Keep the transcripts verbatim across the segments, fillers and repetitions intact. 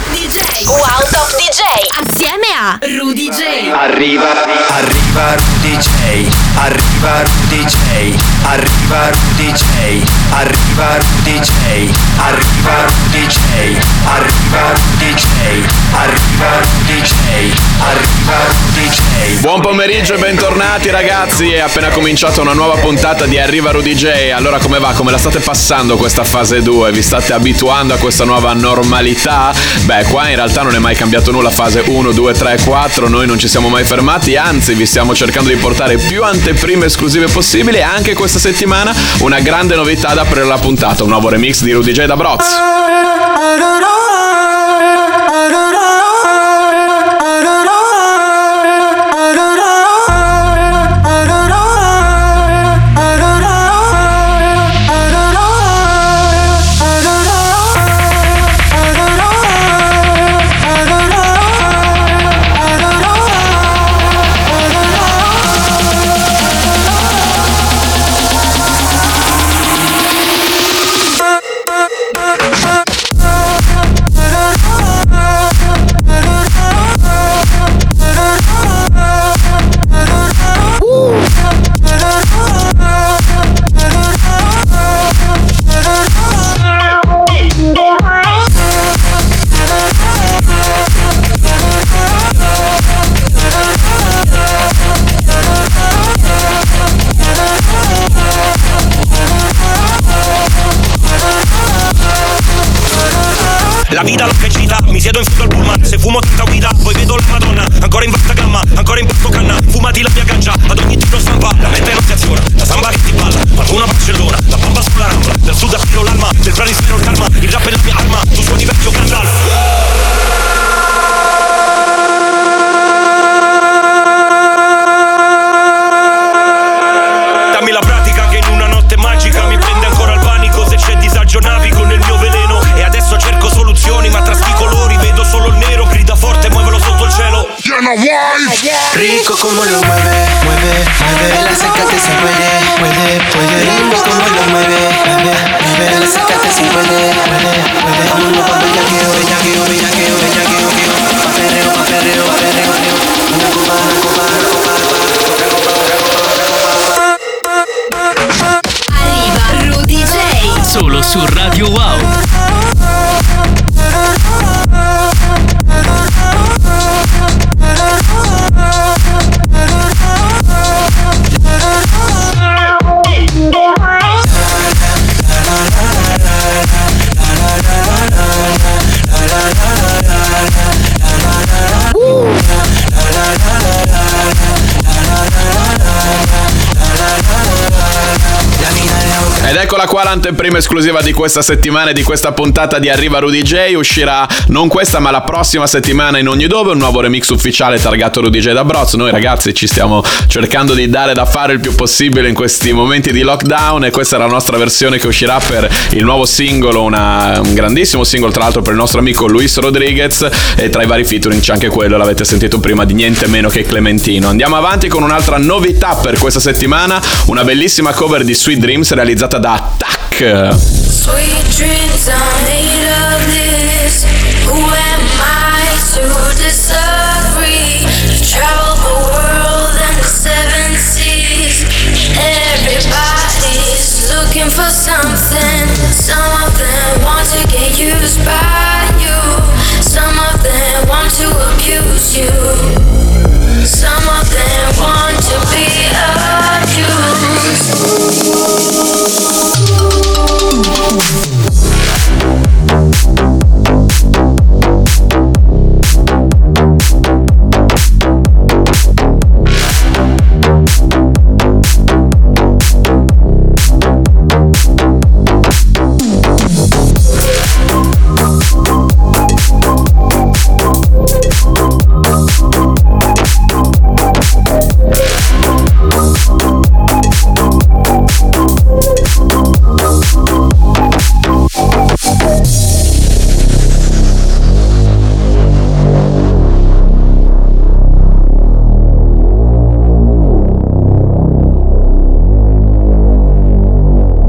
Top D J. Wow Top D J. Assieme a Rudy J. Arriva, arriva Rudy J. Arriva Rudy J. Arriva Rudy J. Arriva Rudy J. Arriva Rudy J. Arriva Rudy J. Arriva Rudy J. Arriva Rudy J. Buon pomeriggio e bentornati ragazzi, è appena cominciata una nuova puntata di Arriva Rudy J. Allora come va? Come la state passando questa fase due? Vi state abituando a questa nuova normalità? Beh, qua in realtà non è mai cambiato nulla, fase uno, due, tre, quattro, noi non ci siamo mai fermati, anzi vi stiamo cercando di portare più anteprime esclusive possibili e anche questa settimana una grande novità ad aprire la puntata, un nuovo remix di Rudy J da Broz. La vita l'ho crescita, mi siedo in fondo al pullman. Se fumo tanta guida, poi vedo la Madonna. Ancora in vasta gamma, ancora in porto canna. Fumati la mia gancia, ad ogni tiro stampa. La mente non si aziona, la samba che ti balla. Qualcuno a Barcellona, la bomba sulla rambla. Del sud aspiro l'alma, del planisfero il calma. Il rap è la mia arma, tu suoni vecchio Gandalf. Dammi la pratica che in una notte magica mi prende ancora il panico. Se c'è disagio navigo nel mio veleno. E adesso cerco soluzioni, ma tra sti colori vedo solo il nero. Grida forte, muovelo sotto il cielo. Rico como lo mueve, mueve, mueve. La sacate si puede, puede, puede. Rico como lo mueve, mueve, mueve. La sacate si puede, puede, puede. Vámonos pa' bellaqueo, bellaqueo, bellaqueo, bellaqueo, bellaqueo. Pa' perreo, pa' perreo, pa' perreo, perreo. Una copa, una copa, una copa, otra copa, otra copa, otra copa. Arriva Rudy J. Solo su Radio Wow. Ed eccola qua l'anteprima esclusiva di questa settimana e di questa puntata di Arriva Rudy J. Uscirà non questa ma la prossima settimana in ogni dove un nuovo remix ufficiale targato Rudy J da Broz. Noi ragazzi ci stiamo cercando di dare da fare il più possibile in questi momenti di lockdown e questa è la nostra versione che uscirà per il nuovo singolo, una, un grandissimo singolo tra l'altro per il nostro amico Luis Rodriguez, e tra i vari featuring c'è anche quello, l'avete sentito prima, di niente meno che Clementino. Andiamo avanti con un'altra novità per questa settimana, una bellissima cover di Sweet Dreams realizzata da Attack. Sweet dreams are made of this. Who am I to disagree? To travel the world and the seven seas. Everybody's looking for something. Some of them want to get used by you. Some of them want to abuse you. Some of them want to be abused.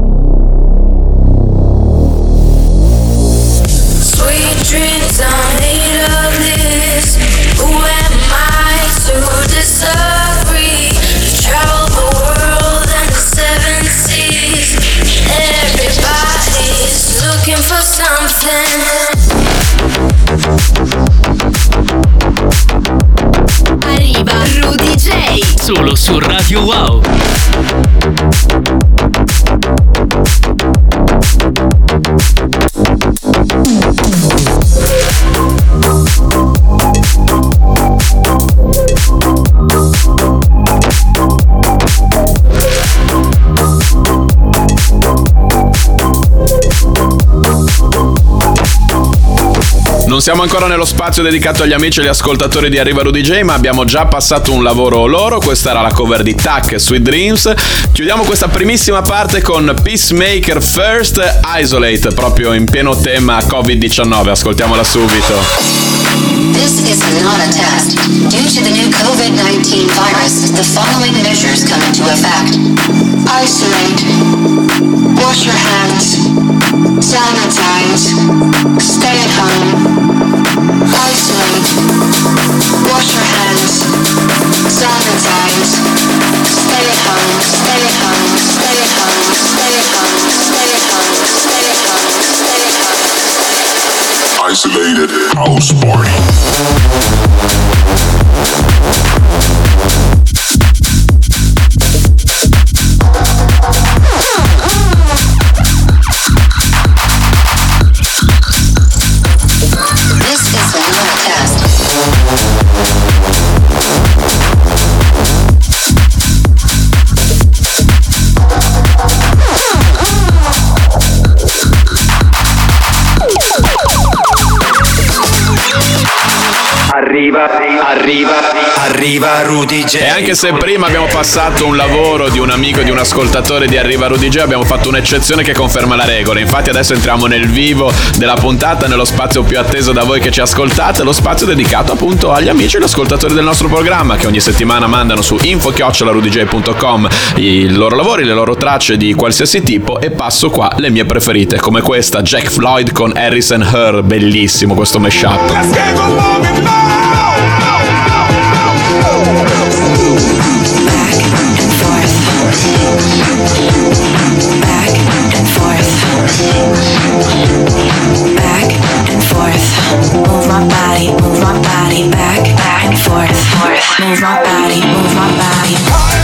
Dreams are made Arriva Rudy J. Solo su Radio Wow. Non siamo ancora nello spazio dedicato agli amici e agli ascoltatori di Arriva Rudy J, ma abbiamo già passato un lavoro loro. Questa era la cover di Tac, Sweet Dreams. Chiudiamo questa primissima parte con Peacemaker First, Isolate, proprio in pieno tema covid diciannove. Ascoltiamola subito. This is not a test. Due to the new covid nineteen virus, the following measures come into effect. Isolate. Wash your hands. Sanitize. Stay at home. Isolate. Wash your hands. Sanitize. Stay at home. Stay at home. Stay at home. Stay at home. Stay at home. Stay at home. Stay at home. Isolated house party. Arriva, arriva, arriva Rudy J. E anche se prima abbiamo passato un lavoro di un amico e di un ascoltatore di Arriva Rudy J, abbiamo fatto un'eccezione che conferma la regola. Infatti adesso entriamo nel vivo della puntata, nello spazio più atteso da voi che ci ascoltate, lo spazio dedicato appunto agli amici e agli ascoltatori del nostro programma, che ogni settimana mandano su info chiocciola rudy j punto com i loro lavori, le loro tracce di qualsiasi tipo. E passo qua le mie preferite, come questa, Jack Floyd con Harris and Her, bellissimo questo mashup. Let's get along now. Move my body, move my body, back, back and forth, forth. Move my body, move my body.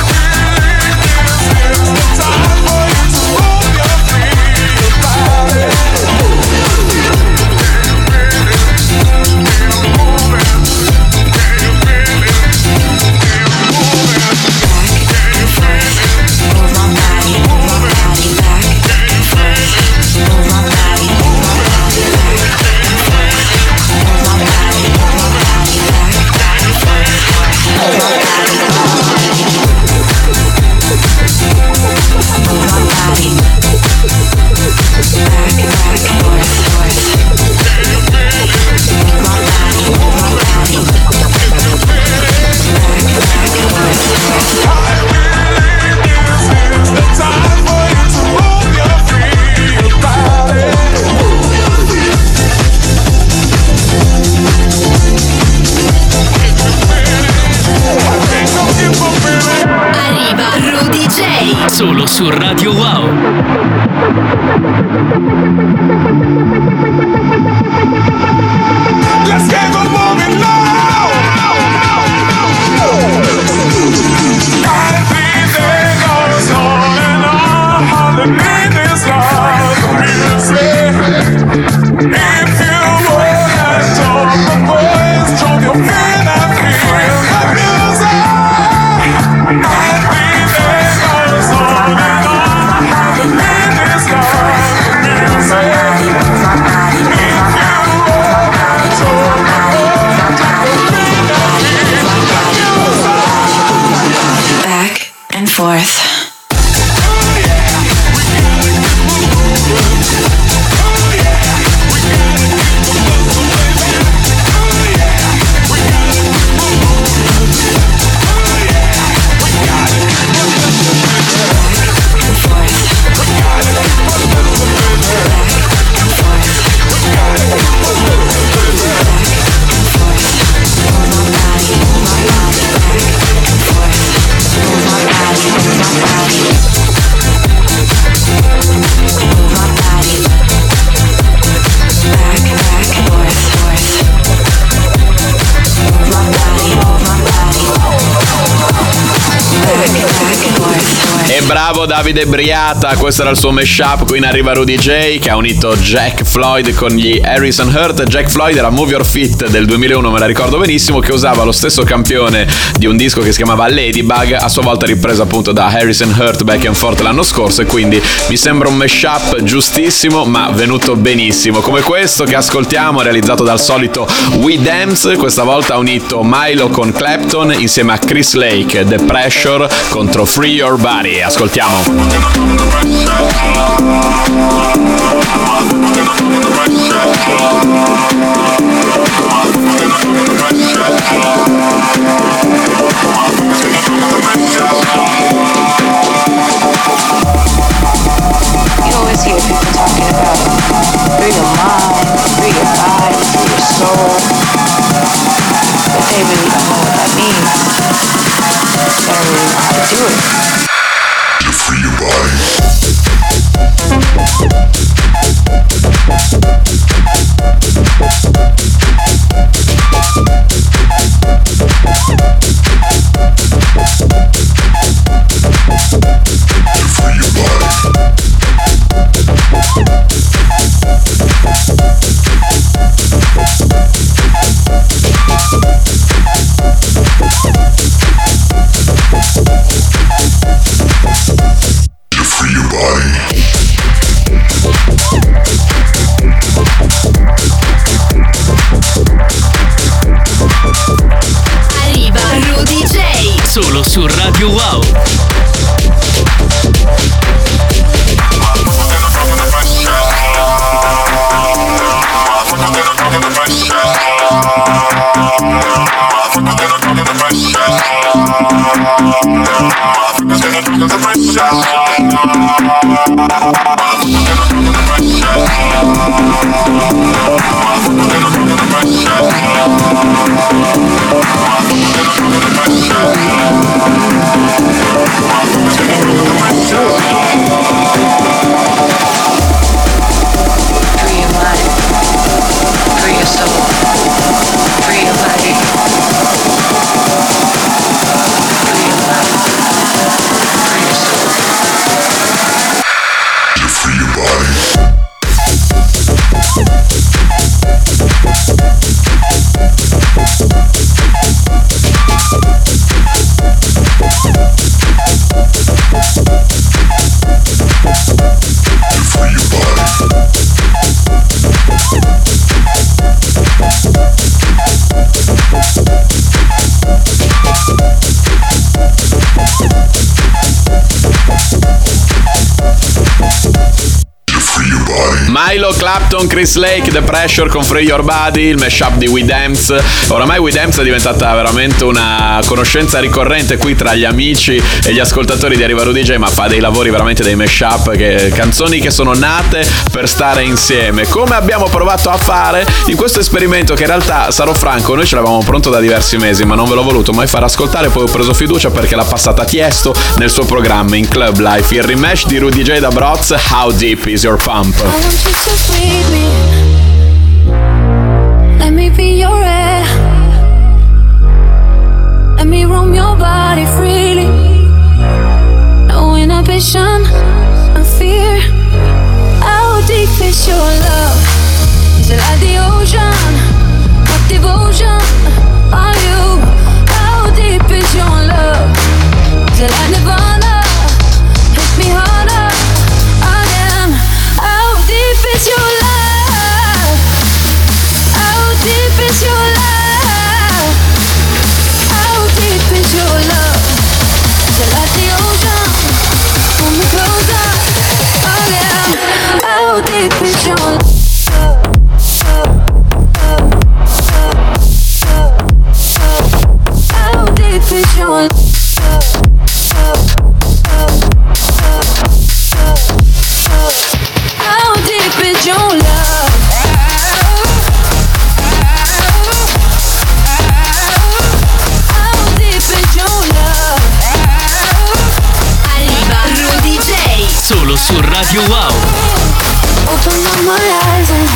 Solo su Radio Wow. Let's get the moving now. Everything goes on and on underneath this love music. If you wanna talk the voice, drop your feet and feel the music. Everything goes on and on. Bravo Davide Briata, questo era il suo mashup. Qui in arriva Rudy J che ha unito Jack Floyd con gli Harrison Hurt. Jack Floyd era Move Your Feet del duemilauno, me la ricordo benissimo, che usava lo stesso campione di un disco che si chiamava Ladybug, a sua volta ripreso appunto da Harrison Hurt Back and Forth l'anno scorso, e quindi mi sembra un mashup giustissimo ma venuto benissimo, come questo che ascoltiamo, realizzato dal solito We Dance. Questa volta ha unito Milo con Clapton insieme a Chris Lake, The Pressure contro Free Your Body. Ascoltiamo. You always hear people talking about free your mind, free your body, free your soul, but they really don't know what that means. They don't really know how to do it. To free your body. Solo su Radio Wow. Milo, Clapton, Chris Lake, The Pressure con Free Your Body, il mashup di We Dance. Oramai We Dance è diventata veramente una conoscenza ricorrente qui tra gli amici e gli ascoltatori di Arriva Rudy J, ma fa dei lavori veramente, dei mashup, che, canzoni che sono nate per stare insieme, come abbiamo provato a fare in questo esperimento che in realtà, sarò franco, noi ce l'avevamo pronto da diversi mesi, ma non ve l'ho voluto mai far ascoltare. Poi ho preso fiducia perché l'ha passata Tiesto nel suo programma in Club Life, il rematch di Rudy J da Broz, How Deep Is Your Pump. You to feed me. Let me be your air. Let me roam your body freely. No inhibition, no fear. How deep is your love? Is it like the ocean? What devotion are you? How deep is your love? Is it like Nirvana? Hit me harder again. How deep is your love? How deep is your love? How deep is your love? Is it like the ocean? Pull me closer again. How deep is your love? How deep is your love? How deep is your love? How deep is your love? Arriva Rudy J. Solo su Radio Wow. Open up my eyes and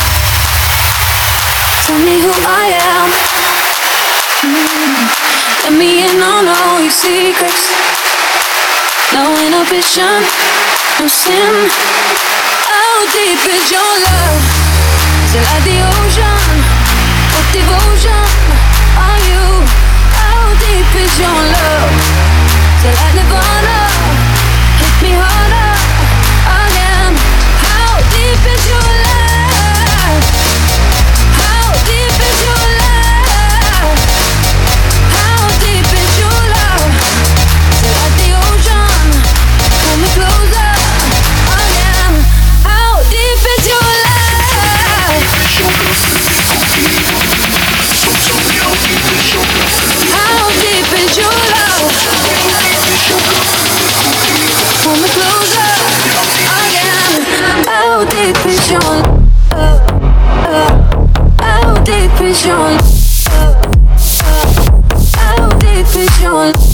tell me who I am. Mm. Let me in on all your secrets. No inhibition, no sin. How deep is your love? Is it like the ocean? What devotion are you? How deep is your love? Is it like Nirvana? Hit me harder again. How deep is your love? How deep is your love? How deep is your love? Is it like the ocean? Pull me closer again. How deep is your love? How deep is your love? Pull me closer again. How deep is your love? How deep is your love? How deep is your love?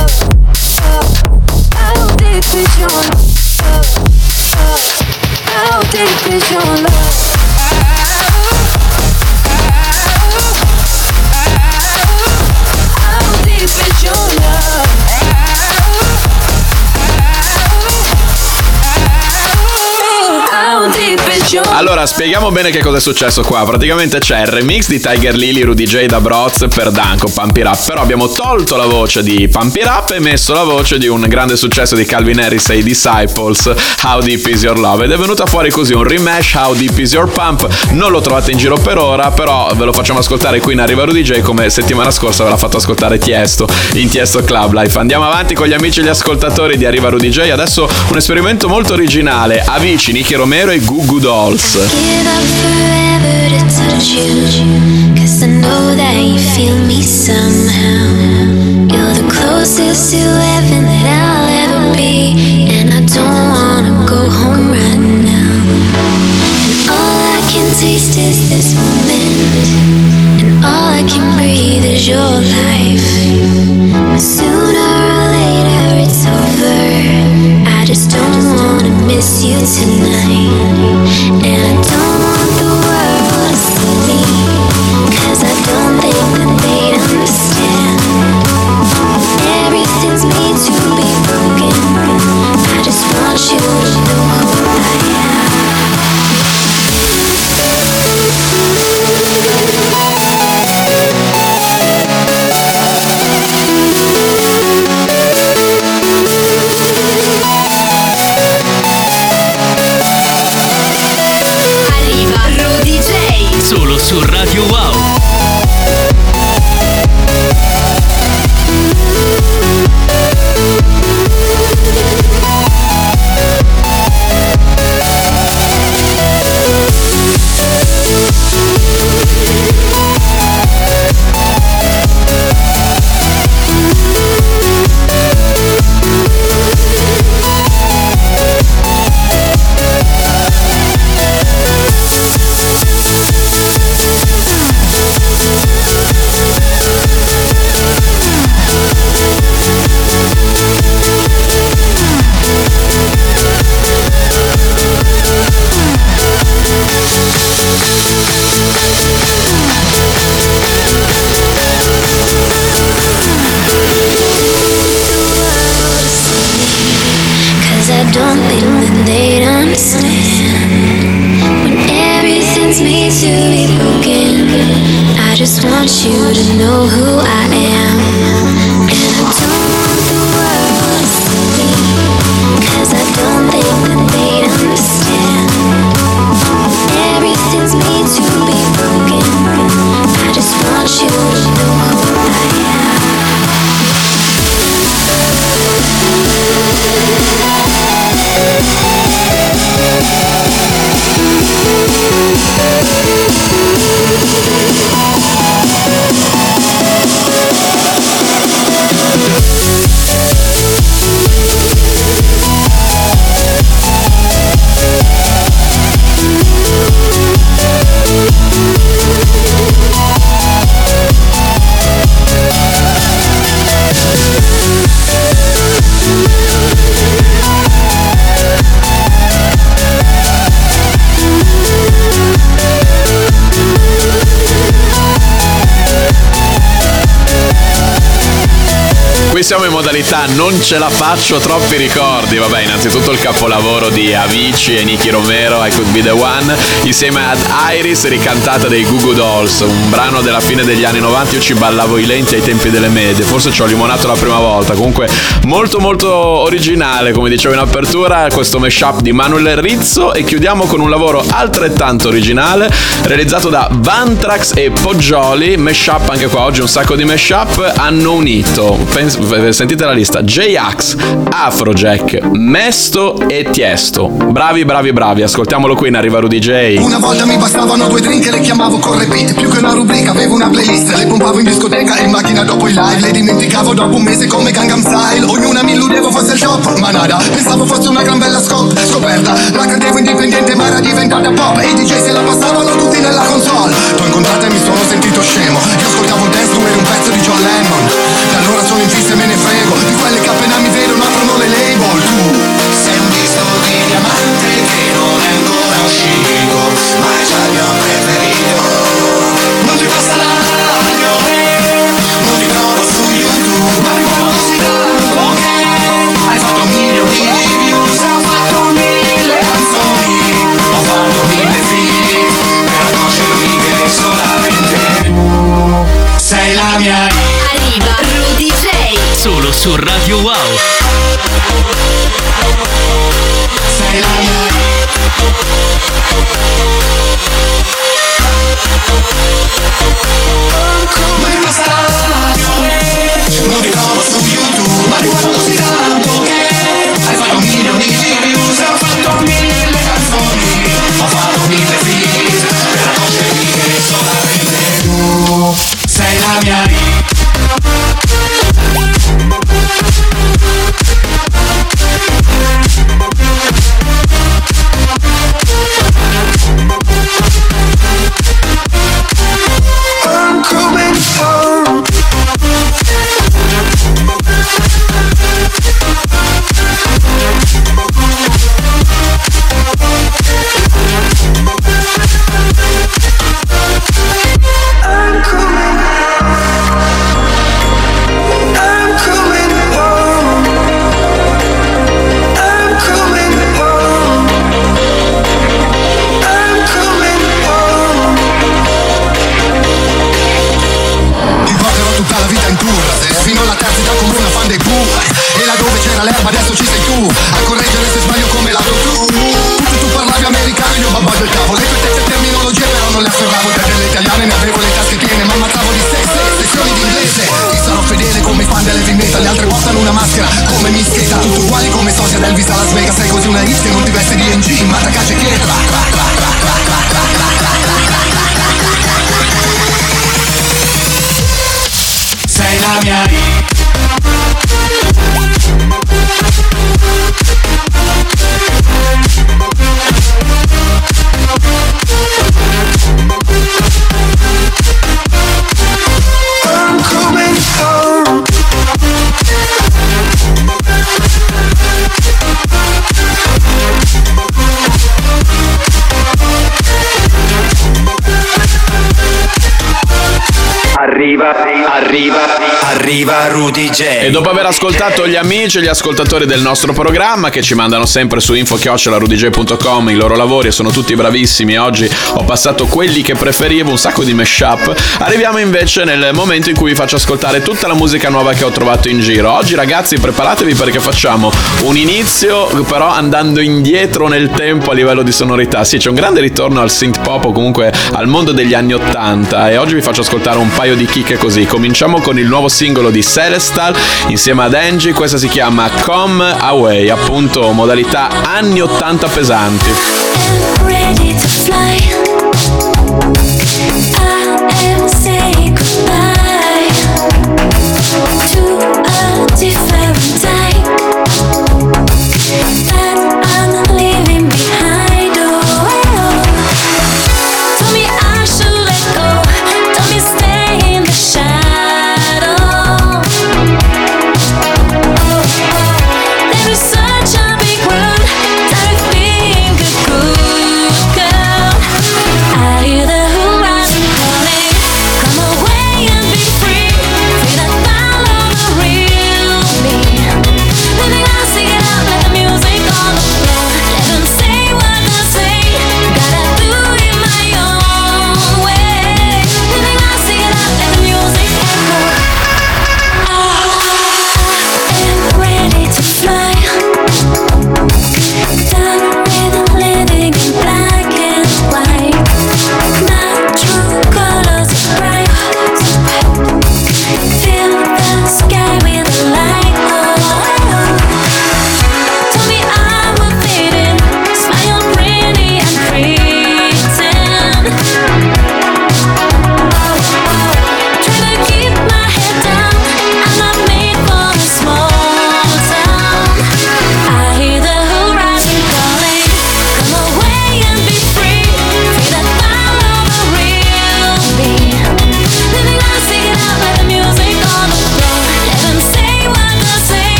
How deep is your love? How deep is your love? How deep is your love? How deep is your love? Allora, spieghiamo bene che cosa è successo qua. Praticamente c'è il remix di Tiger Lily, Rudy J da Broz per Danko, Pump It Up. Però abbiamo tolto la voce di Pump It Up e messo la voce di un grande successo di Calvin Harris e i Disciples, How Deep Is Your Love. Ed è venuta fuori così un remesh, How Deep Is Your Pump. Non lo trovate in giro per ora, però ve lo facciamo ascoltare qui in Arriva Rudy J, come settimana scorsa ve l'ha fatto ascoltare Tiesto in Tiesto Club Life. Andiamo avanti con gli amici e gli ascoltatori di Arriva Rudy J. Adesso un esperimento molto originale. Avicii, Nicky Romero e Goo Goo Dolls. Give up forever to touch you, 'cause I know that you feel me somehow. You're the closest to heaven that I'll ever be, and I don't wanna go home right now. And all I can taste is this moment, and all I can breathe is your life. But sooner or later it's over. I just don't wanna miss you tonight, and I don't want the world to see me, 'cause I don't think that they'd understand. Everything's made to be broken. I just want you to know who I am. Arriva Rudy J. Solo su Radio Wow. I don't think that they'd understand. When everything's made to be broken, I just want you to know who I am. And I don't want the world to see me, 'cause I don't think that they'd understand. When everything's made to be broken, I just want you to know who I am. siamo in modalità non ce la faccio, troppi ricordi. Vabbè, innanzitutto il capolavoro di Avicii e Nicky Romero, I Could Be The One, insieme ad Iris, ricantata dei Goo Goo Dolls, un brano della fine degli anni novanta. Io ci ballavo i lenti ai tempi delle medie, forse ci ho limonato la prima volta. Comunque molto molto originale, come dicevo in apertura, questo mashup di Manuel Rizzo. E chiudiamo con un lavoro altrettanto originale realizzato da Vantrax e Poggioli. Mashup anche qua, oggi un sacco di mashup hanno unito, pens- sentite la lista: J-Ax, Afrojack, Mesto e Tiesto. Bravi bravi bravi, ascoltiamolo qui in Arriva Rudy J. Una volta mi bastavano due drink e le chiamavo con repeat. Più che una rubrica avevo una playlist, le pompavo in discoteca e in macchina dopo i live. Le dimenticavo dopo un mese come Gangnam Style. Ognuna mi illudevo fosse il top, ma nada, pensavo fosse una gran bella scop- scoperta. La credevo indipendente ma era diventata pop, e i D J se la passavano tutti nella console. T'ho incontrata e mi sono sentito scemo, io ascoltavo un dance, tu eri un pezzo di John Lennon. Da allora sono in fissa e me ne frego di quelle che appena mi vedono aprono le label. Tu sei un disco di diamante che non è ancora uscito, ma è già il mio preferito. Non ti basta la radio, non ti trovo su YouTube, ma riconosci tanto che hai fatto milioni di views, ho fatto mille canzoni, ho fatto mille feat, per conoscermi che solamente tu sei la mia. Arriva Rudy J. Solo su Radio Wow. Sei la mia. Ma ti basta la radio, non ti trovo su YouTube, ma riconosci tanto che hai fatto milioni di views, ho fatto mille canzoni, ho fatto mille feat, per conoscermi che solamente tu sei la mia. I'm coming home. I'm coming. I'm coming home. I'm coming home. I'm coming home. Ti porterò tutta la vita in tour, fino alla terza età come una fan dei Pooh. E laddove c'era l'erba adesso ci sei tu, a correggere se sbaglio come l'autotune. Tu, tu parlavi americano, io babbaggio il cavo. Le tue teste terminologie però non le afferravo. Da delle italiane ne avevo le tasche piene, ma ammazzavo di sé, sé, sessioni di inglese. Ti sarò fedele come i fan delle metal, le altre portano una maschera come mischeta. Tutti uguali come sosia Elvis a Las Vegas. Sei così una hit che non ti veste di N G, ma ragazzi pietra. Sei la mia. I'm coming home. Arriva, arriva, arriva Rudy J. E dopo aver ascoltato gli amici e gli ascoltatori del nostro programma, che ci mandano sempre su info chiocciola rudy j punto com i loro lavori, e sono tutti bravissimi. Oggi ho passato quelli che preferivo, un sacco di mashup. Arriviamo invece nel momento in cui vi faccio ascoltare tutta la musica nuova che ho trovato in giro. Oggi ragazzi preparatevi perché facciamo un inizio però andando indietro nel tempo a livello di sonorità. Sì, c'è un grande ritorno al synth pop o comunque al mondo degli anni ottanta, e oggi vi faccio ascoltare un paio di chicche così. Cominciamo con il nuovo singolo di Celestal insieme ad Angie, questa si chiama Come Away, appunto modalità anni ottanta pesanti. Ready to fly. I am saying goodbye to a different time that I'm leaving behind. Oh, oh. Told me I should let go. Told me stay in the shadow. Oh, oh. There is such a big world. Tired of being a good girl.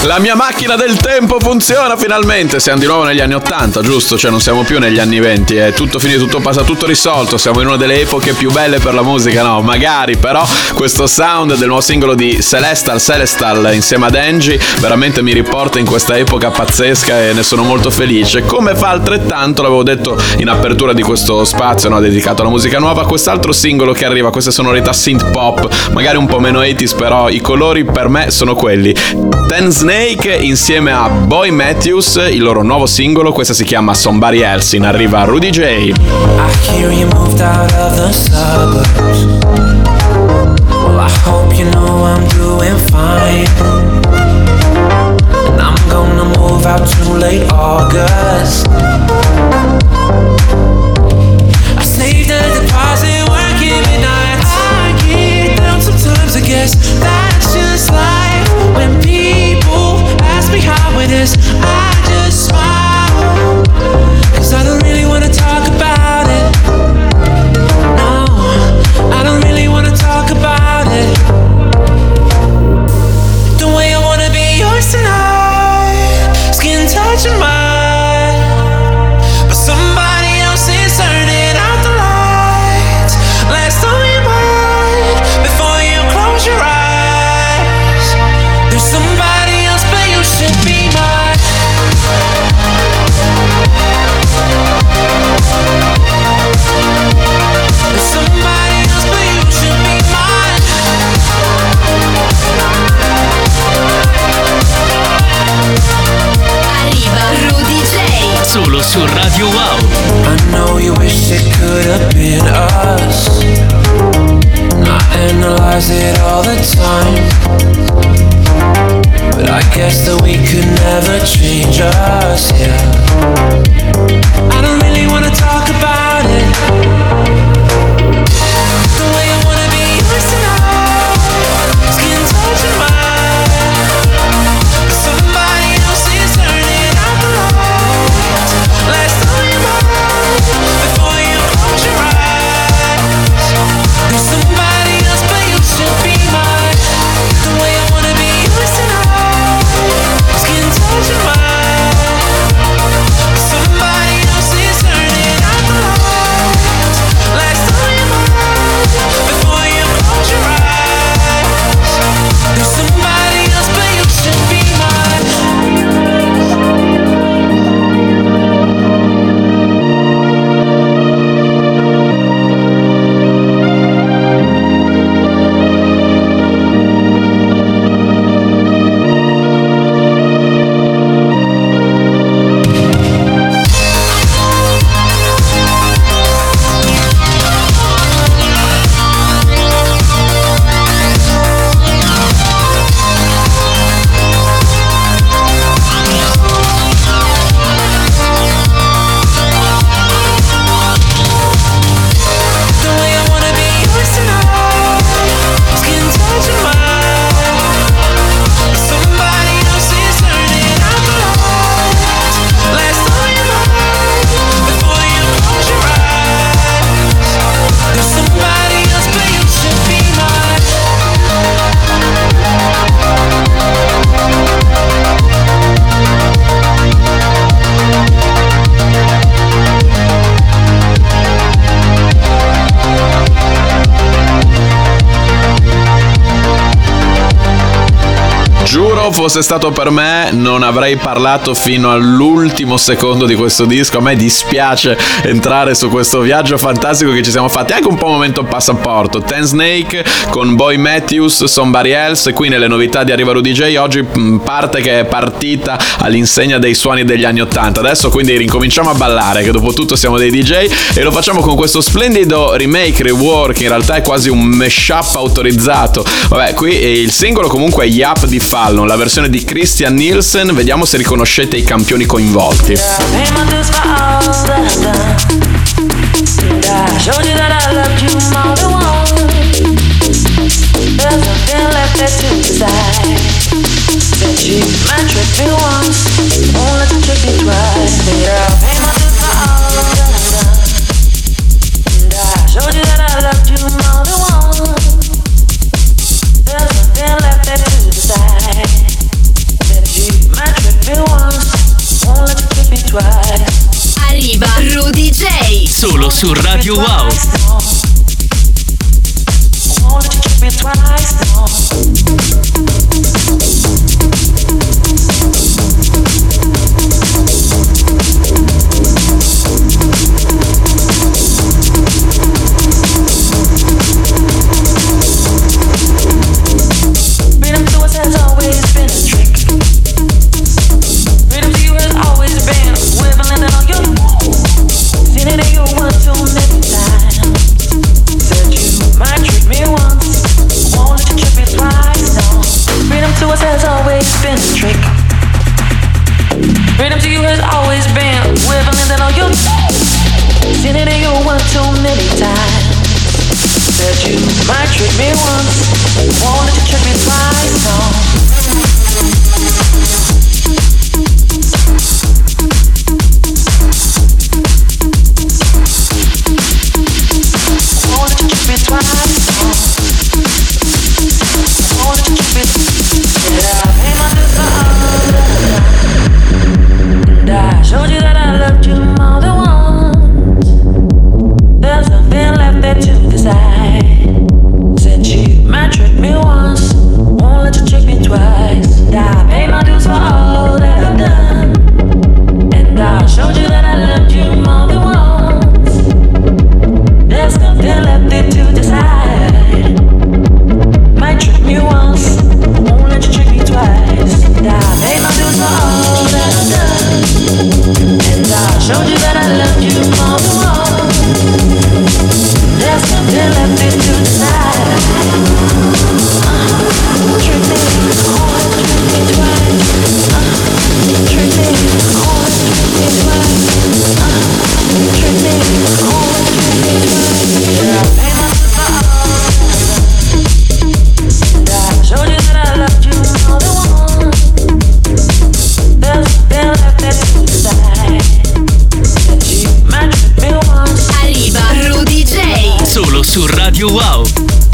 La mia macchina del tempo funziona finalmente. Siamo di nuovo negli anni ottanta, giusto? Cioè non siamo più negli anni venti. È tutto finito, tutto passato, tutto risolto. Siamo in una delle epoche più belle per la musica. No, magari, però questo sound del nuovo singolo di Celestal Celestal insieme ad Angie veramente mi riporta in questa epoca pazzesca e ne sono molto felice. Come fa altrettanto, l'avevo detto in apertura di questo spazio, no, dedicato alla musica nuova, quest'altro singolo che arriva, queste sonorità synth pop, magari un po' meno ottanta, però i colori per me sono quelli. Ten Snake insieme a Boy Matthews, il loro nuovo singolo, questa si chiama Somebody Else. In arriva Rudy J. I hear you moved out of the suburbs. Well, I hope you know I'm doing fine. And I'm gonna move out to late August. I saved a deposit, working midnight. I get down sometimes, I guess that's just life. When people ask me how it is, I just smile. Cause I don't really wanna talk about it. No, I don't really wanna talk about it. The way I wanna be yours tonight, skin touching mine. But somebody else is turning out the lights. Last on your mind, before you close your eyes. There's somebody else, but you should be mine. There's somebody else, but you should be mine. Arriva Rudy J. Solo su Radio Wow. I know you wish it could have been us. I analyze it all the time, but I guess that we could never change us, yeah. I don't really wanna talk about it. The way I wanna be yours tonight, skin touching mine. But somebody else is turning out the lights. Last on your mind, before you close your eyes. There's somebody else, but you should be mine. The way I wanna be yours tonight, skin touching mine. Somebody else is turning out the lights. Last on your mind, before you close your eyes. There's somebody else, but you should be mine. The way I wanna be yours tonight, skin touching mine. Somebody else is turning out the lights. Last on your mind, before you close your eyes. There's somebody else, but you should be mine. Giuro, fosse stato per me non avrei parlato fino all'ultimo secondo di questo disco. A me dispiace entrare su questo viaggio fantastico che ci siamo fatti, anche un po' momento passaporto. Ten Snake con Boy Matthews, Somebody Else. Qui nelle novità di Arriva Rudy J oggi mh, parte che è partita all'insegna dei suoni degli anni ottanta. Adesso quindi ricominciamo a ballare, che dopo tutto siamo dei D J, e lo facciamo con questo splendido remake, rework, in realtà è quasi un mashup autorizzato. Vabbè, qui il singolo comunque è Yap di Fallon, la versione di Christian Nielsen. Vediamo se riconoscete i campioni coinvolti. That you Solo su Radio Wow. Su Radio Wow.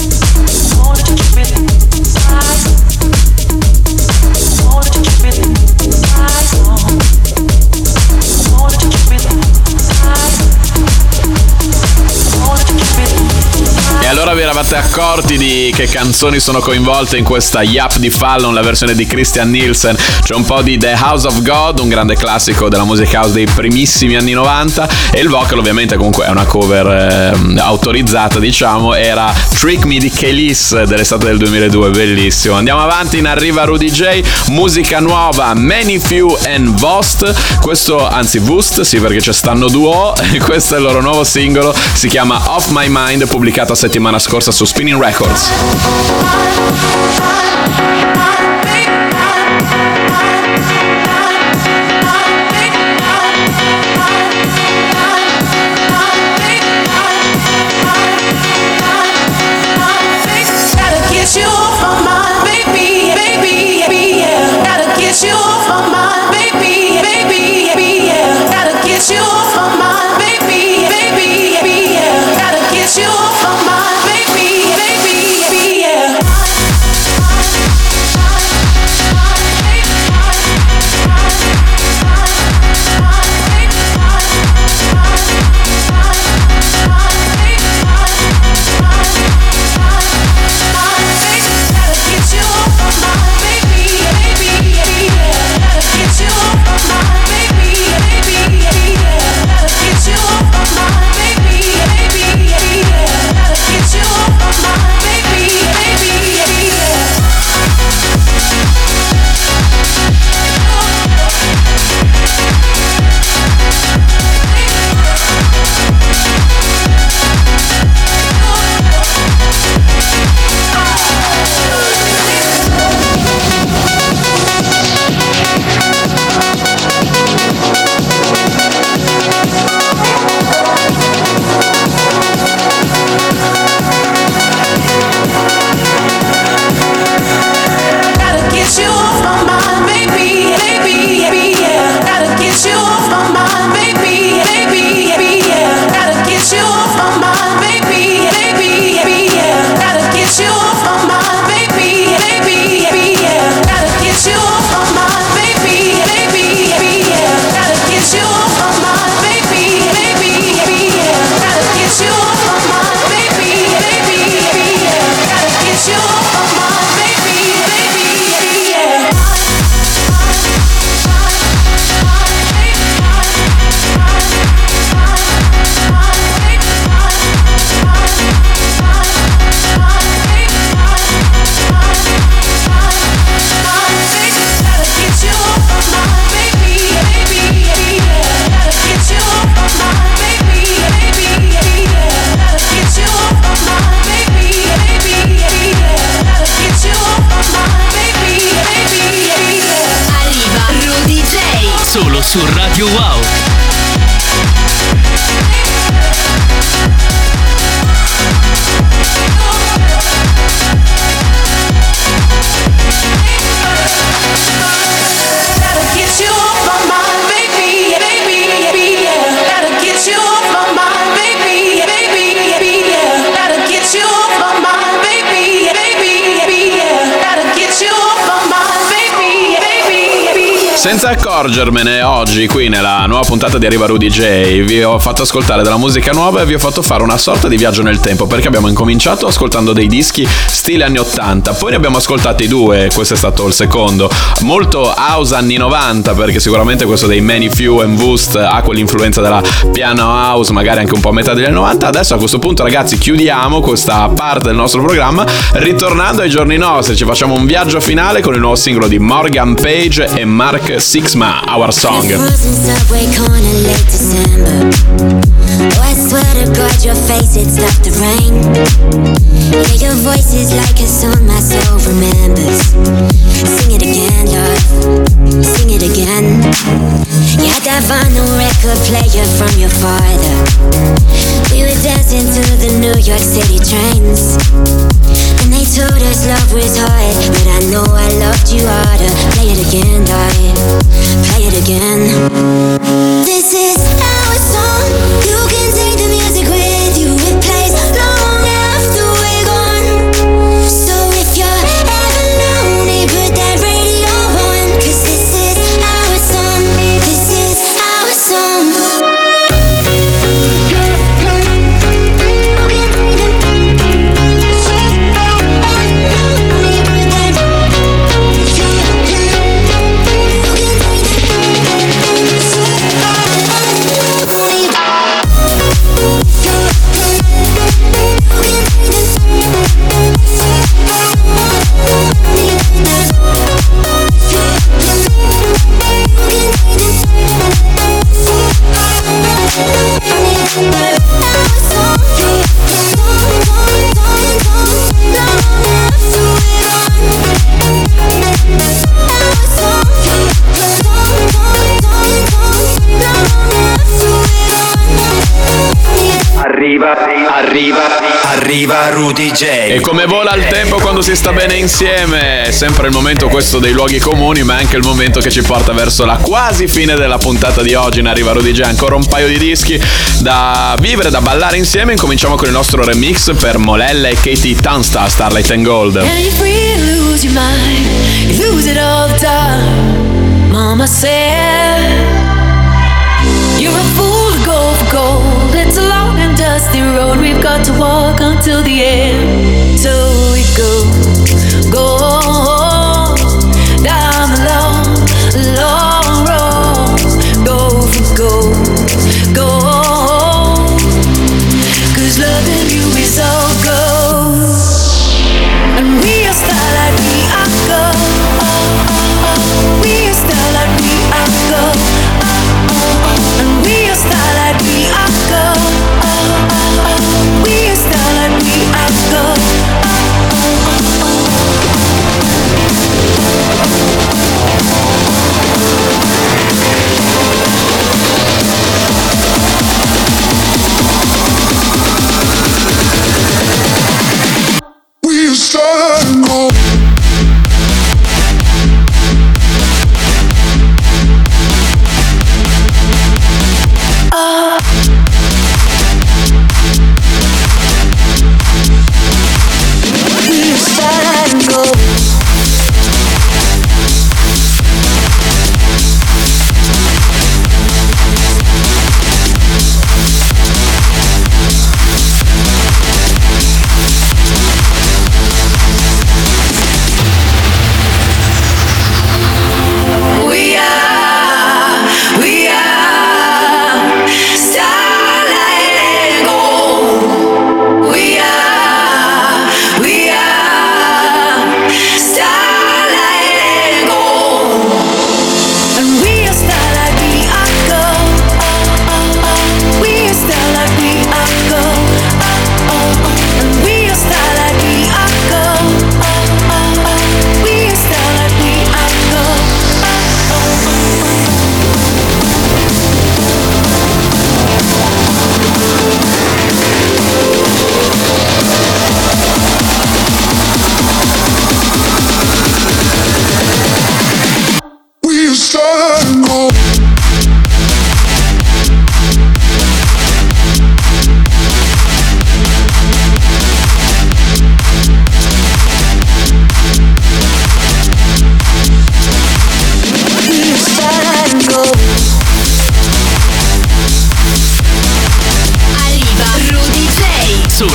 Allora vi eravate accorti di che canzoni sono coinvolte in questa Yap di Fallon, la versione di Christian Nielsen? C'è un po' di The House of God, un grande classico della music house dei primissimi anni novanta, e il vocal ovviamente comunque è una cover eh, autorizzata, diciamo, era Trick Me di Kelis dell'estate del duemiladue, bellissimo. Andiamo avanti, in arriva Rudy J, musica nuova, Many Few and Vost, questo, anzi Vust, sì, perché c'è stanno duo, questo è il loro nuovo singolo, si chiama Off My Mind, pubblicato a settimana scorsa su Spinning Records. Yeah. su Radio Wow. Senza accorgermene, oggi qui nella nuova puntata di Arriva Rudy J vi ho fatto ascoltare della musica nuova e vi ho fatto fare una sorta di viaggio nel tempo, perché abbiamo incominciato ascoltando dei dischi stile anni ottanta, poi ne abbiamo ascoltati due, questo è stato il secondo, molto house anni novanta, perché sicuramente questo dei Many Few and Woost ha quell'influenza della piano house, magari anche un po' a metà degli anni novanta. Adesso a questo punto, ragazzi, chiudiamo questa parte del nostro programma ritornando ai giorni nostri, ci facciamo un viaggio finale con il nuovo singolo di Morgan Page e Mark Sixma, Our Song. Subway corner late December. Wet sweater brought your face, it stopped the rain. Yeah, your voice is like a song my soul remembers. Sing it again, love, sing it again. You had that vinyl record player from your father. We were dancing to the New York City trains. And they told us love was hard, but I know I loved you harder. Play it again, darling, play it again. This is our song. You can take the music with you. It plays long after we're gone. So if you're ever lonely, put that radio on. 'Cause this is our song. This is our song. Arriva, arriva, arriva Rudy J. E come vola il tempo quando si sta bene insieme, è sempre il momento questo dei luoghi comuni, ma è anche il momento che ci porta verso la quasi fine della puntata di oggi in Arriva Rudy J. Ancora un paio di dischi da vivere, da ballare insieme. Incominciamo con il nostro remix per Molella e Katie Tunstall, Starlight and Gold. And if we lose your mind, you lose it all the time. Mama said you're a fool to go for gold. It's a long and dusty road we've got to walk until the end. So we go, go down the long, long road. Go for gold, gold. 'Cause loving you is so good. And we are starlight, we are gold. We are starlight, we are gold. And we are starlight, we are gold.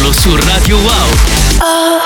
Solo su Radio Wow.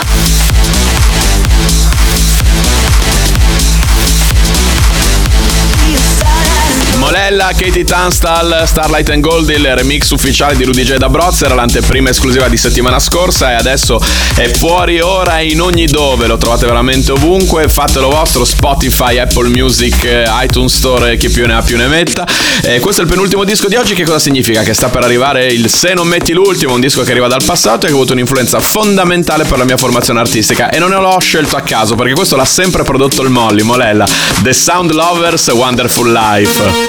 Molella, Katie Tunstall, Starlight and Gold, il remix ufficiale di Rudy J da Broz, era l'anteprima esclusiva di settimana scorsa e adesso è fuori ora in ogni dove, lo trovate veramente ovunque, fatelo vostro, Spotify, Apple Music, iTunes Store, chi più ne ha più ne metta. E questo è il penultimo disco di oggi, che cosa significa? Che sta per arrivare il Se non metti l'ultimo, un disco che arriva dal passato e che ha avuto un'influenza fondamentale per la mia formazione artistica e non l'ho scelto a caso perché questo l'ha sempre prodotto il Molly, Molella, The Sound Lovers, Wonderful Life.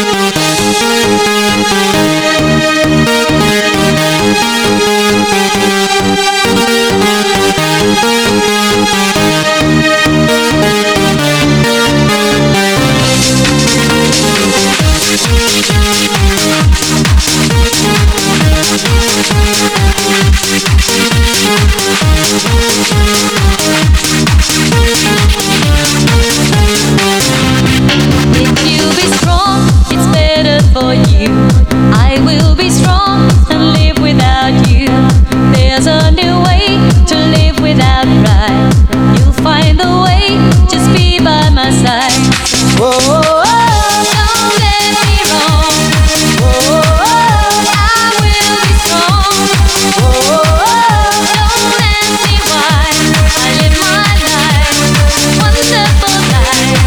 If you be strong, it's better for you. I will be strong and live without you. There's a new way to live without pride. You'll find the way, just be by my side. Oh, oh, oh, don't get me wrong. Oh, oh, oh, I will be strong. Oh, oh, oh, don't ask me why. I live my life, wonderful life.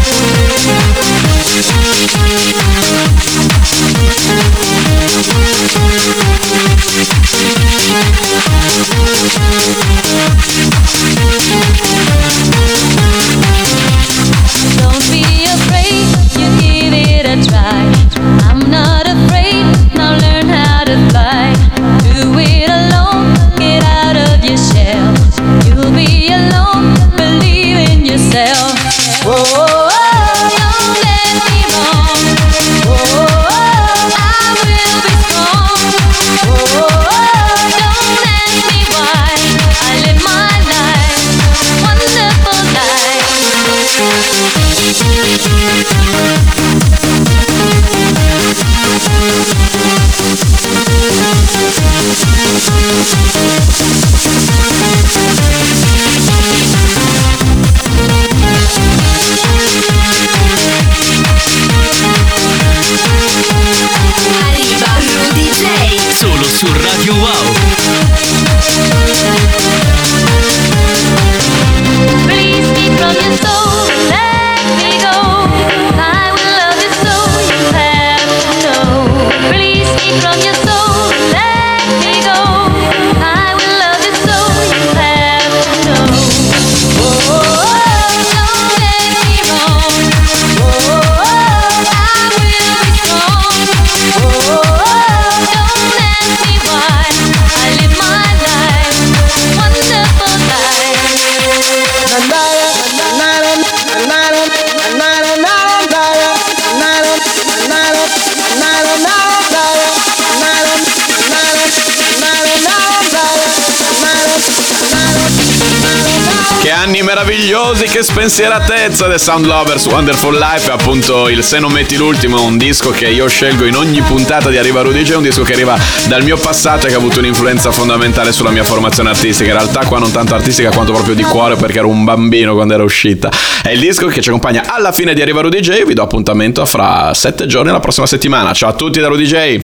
Don't be afraid, you give it a try. I'm not afraid, now learn how to fly. Do it alone, get out of your shell. You'll be alone, believe in yourself. Whoa, oh, oh, don't get me wrong. Whoa, oh, oh, I will be strong. Whoa, oh, oh, don't ask me why. I live my life, wonderful life. Arriva Rudy J. Solo su Radio Wow. Release me from your soul, let me go. I will love you so you have to know. Release me from your soul, let me go. I will love you so you have to know. Oh, oh, oh, don't get me wrong. Oh, oh, oh, I will be strong. Oh, oh, oh, don't ask me why. I live my life, wonderful life. Che anni meravigliosi, che spensieratezza. The Sound Lovers, Wonderful Life è appunto il Se non metti l'ultimo, un disco che io scelgo in ogni puntata di Arriva Rudy J, un disco che arriva dal mio passato e che ha avuto un'influenza fondamentale sulla mia formazione artistica. In realtà qua non tanto artistica quanto proprio di cuore, perché ero un bambino quando era uscita. È il disco che ci accompagna alla fine di Arriva Rudy J. Vi do appuntamento fra sette giorni la prossima settimana. Ciao a tutti da Rudy J.